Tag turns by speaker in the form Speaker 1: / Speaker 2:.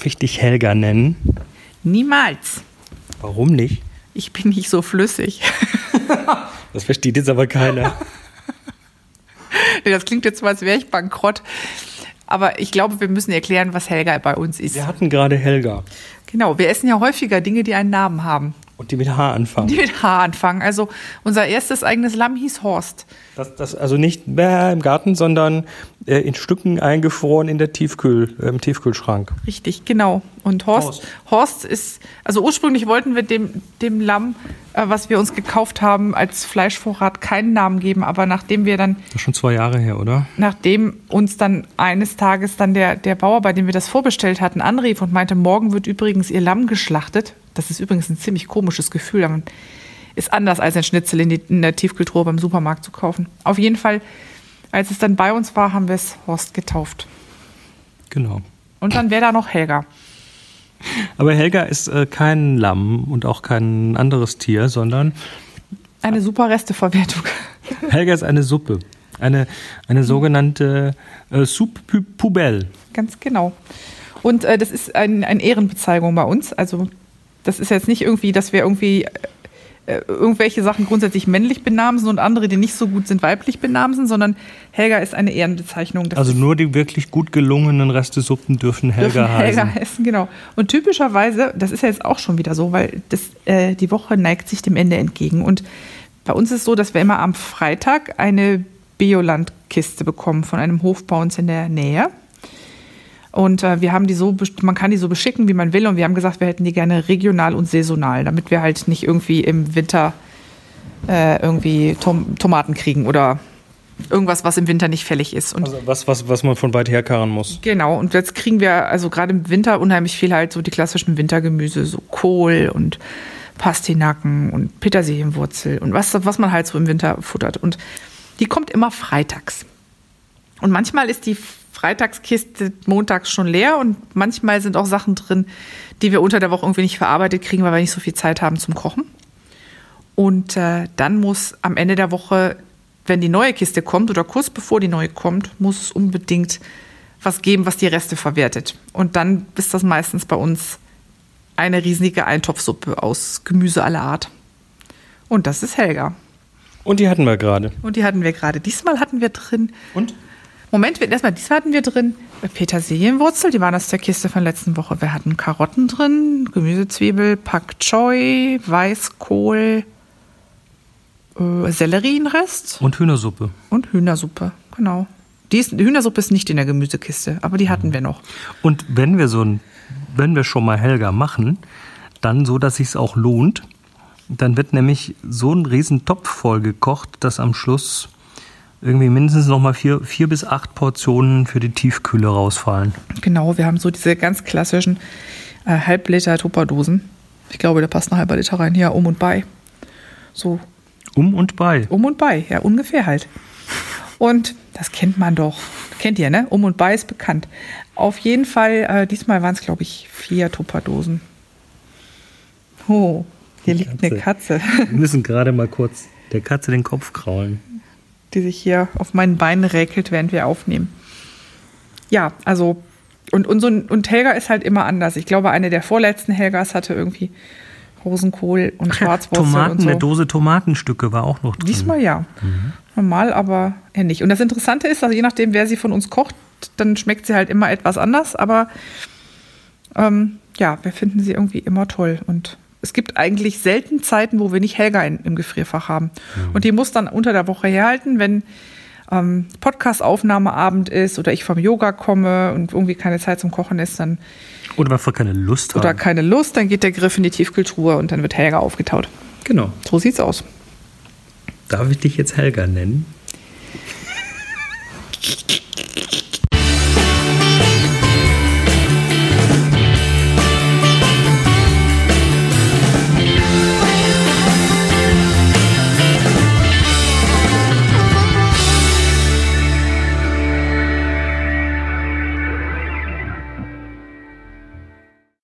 Speaker 1: Darf ich dich Helga nennen?
Speaker 2: Niemals.
Speaker 1: Warum nicht?
Speaker 2: Ich bin nicht so flüssig.
Speaker 1: Das versteht jetzt aber keiner.
Speaker 2: Nee, das klingt jetzt so, als wäre ich bankrott. Aber ich glaube, wir müssen erklären, was Helga bei uns ist.
Speaker 1: Wir hatten gerade Helga.
Speaker 2: Genau, wir essen ja häufiger Dinge, die einen Namen haben.
Speaker 1: Und die mit H anfangen.
Speaker 2: Die mit H anfangen. Also unser erstes eigenes Lamm hieß Horst.
Speaker 1: Das also nicht im Garten, sondern in Stücken eingefroren in der im Tiefkühlschrank.
Speaker 2: Richtig, genau. Und Horst ist, also ursprünglich wollten wir dem Lamm, was wir uns gekauft haben, als Fleischvorrat keinen Namen geben. Aber nachdem wir dann...
Speaker 1: Das ist schon 2 Jahre her, oder?
Speaker 2: Nachdem uns dann eines Tages dann der Bauer, bei dem wir das vorbestellt hatten, anrief und meinte, morgen wird übrigens ihr Lamm geschlachtet. Das ist übrigens ein ziemlich komisches Gefühl. Man ist anders als ein Schnitzel in der Tiefkühltruhe beim Supermarkt zu kaufen. Auf jeden Fall, als es dann bei uns war, haben wir es Horst getauft.
Speaker 1: Genau.
Speaker 2: Und dann wäre da noch Helga.
Speaker 1: Aber Helga ist kein Lamm und auch kein anderes Tier, sondern...
Speaker 2: Eine super Resteverwertung.
Speaker 1: Helga ist eine Suppe. Eine sogenannte Soupe Poubelle.
Speaker 2: Ganz genau. Und das ist eine Ehrenbezeichnung bei uns. Also das ist jetzt nicht irgendwie, dass wir irgendwie irgendwelche Sachen grundsätzlich männlich benamsen und andere, die nicht so gut sind, weiblich benamsen, sondern Helga ist eine Ehrenbezeichnung.
Speaker 1: Also nur die wirklich gut gelungenen Restesuppen dürfen Helga heißen.
Speaker 2: Helga heißen, genau. Und typischerweise, das ist ja jetzt auch schon wieder so, weil die Woche neigt sich dem Ende entgegen. Und bei uns ist es so, dass wir immer am Freitag eine Bioland-Kiste bekommen von einem Hof bei uns in der Nähe. Und wir haben man kann die so beschicken, wie man will. Und wir haben gesagt, wir hätten die gerne regional und saisonal, damit wir halt nicht irgendwie im Winter irgendwie Tomaten kriegen oder irgendwas, was im Winter nicht fällig ist. Und
Speaker 1: also was man von weit her karren muss.
Speaker 2: Genau. Und jetzt kriegen wir also gerade im Winter unheimlich viel halt so die klassischen Wintergemüse, so Kohl und Pastinaken und Petersilienwurzel und was man halt so im Winter futtert. Und die kommt immer freitags. Und manchmal ist die Freitagskiste montags schon leer und manchmal sind auch Sachen drin, die wir unter der Woche irgendwie nicht verarbeitet kriegen, weil wir nicht so viel Zeit haben zum Kochen. Und dann muss am Ende der Woche, wenn die neue Kiste kommt oder kurz bevor die neue kommt, muss es unbedingt was geben, was die Reste verwertet. Und dann ist das meistens bei uns eine riesige Eintopfsuppe aus Gemüse aller Art. Und das ist Helga.
Speaker 1: Und die hatten wir gerade.
Speaker 2: Diesmal hatten wir drin...
Speaker 1: Und?
Speaker 2: Diesmal hatten wir drin Petersilienwurzel, die waren aus der Kiste von letzten Woche. Wir hatten Karotten drin, Gemüsezwiebel, Pak Choi, Weißkohl, Sellerienrest.
Speaker 1: Und Hühnersuppe.
Speaker 2: Genau. Die Hühnersuppe ist nicht in der Gemüsekiste, aber die hatten wir noch.
Speaker 1: Und wenn wir schon mal Helga machen, dann so, dass sich's auch lohnt, dann wird nämlich so ein riesen Topf voll gekocht, dass am Schluss irgendwie mindestens noch mal 4 bis 8 Portionen für die Tiefkühle rausfallen.
Speaker 2: Genau, wir haben so diese ganz klassischen Halbliter Tupperdosen. Ich glaube, da passt ein halber Liter rein. Ja, und bei. So.
Speaker 1: Und bei,
Speaker 2: ja, ungefähr halt. Und das kennt man doch. Kennt ihr, ne? Und bei ist bekannt. Auf jeden Fall, diesmal waren es, glaube ich, 4 Tupperdosen. Oh, hier liegt eine Katze.
Speaker 1: Wir müssen gerade mal kurz der Katze den Kopf kraulen.
Speaker 2: Die sich hier auf meinen Beinen räkelt, während wir aufnehmen. Ja, also, und Helga ist halt immer anders. Ich glaube, eine der vorletzten Helgas hatte irgendwie Rosenkohl und Schwarzwurzel
Speaker 1: Tomaten,
Speaker 2: und so.
Speaker 1: Eine Dose Tomatenstücke war auch noch drin.
Speaker 2: Diesmal ja. Normal, aber eher nicht. Und das Interessante ist, also je nachdem, wer sie von uns kocht, dann schmeckt sie halt immer etwas anders. Aber ja, wir finden sie irgendwie immer toll. Und es gibt eigentlich selten Zeiten, wo wir nicht Helga im Gefrierfach haben. Und die muss dann unter der Woche herhalten, wenn Podcast-Aufnahmeabend ist oder ich vom Yoga komme und irgendwie keine Zeit zum Kochen ist, dann...
Speaker 1: Oder weil wir keine Lust haben.
Speaker 2: Dann geht der Griff in die Tiefkühltruhe und dann wird Helga aufgetaut.
Speaker 1: Genau.
Speaker 2: So sieht's aus.
Speaker 1: Darf ich dich jetzt Helga nennen?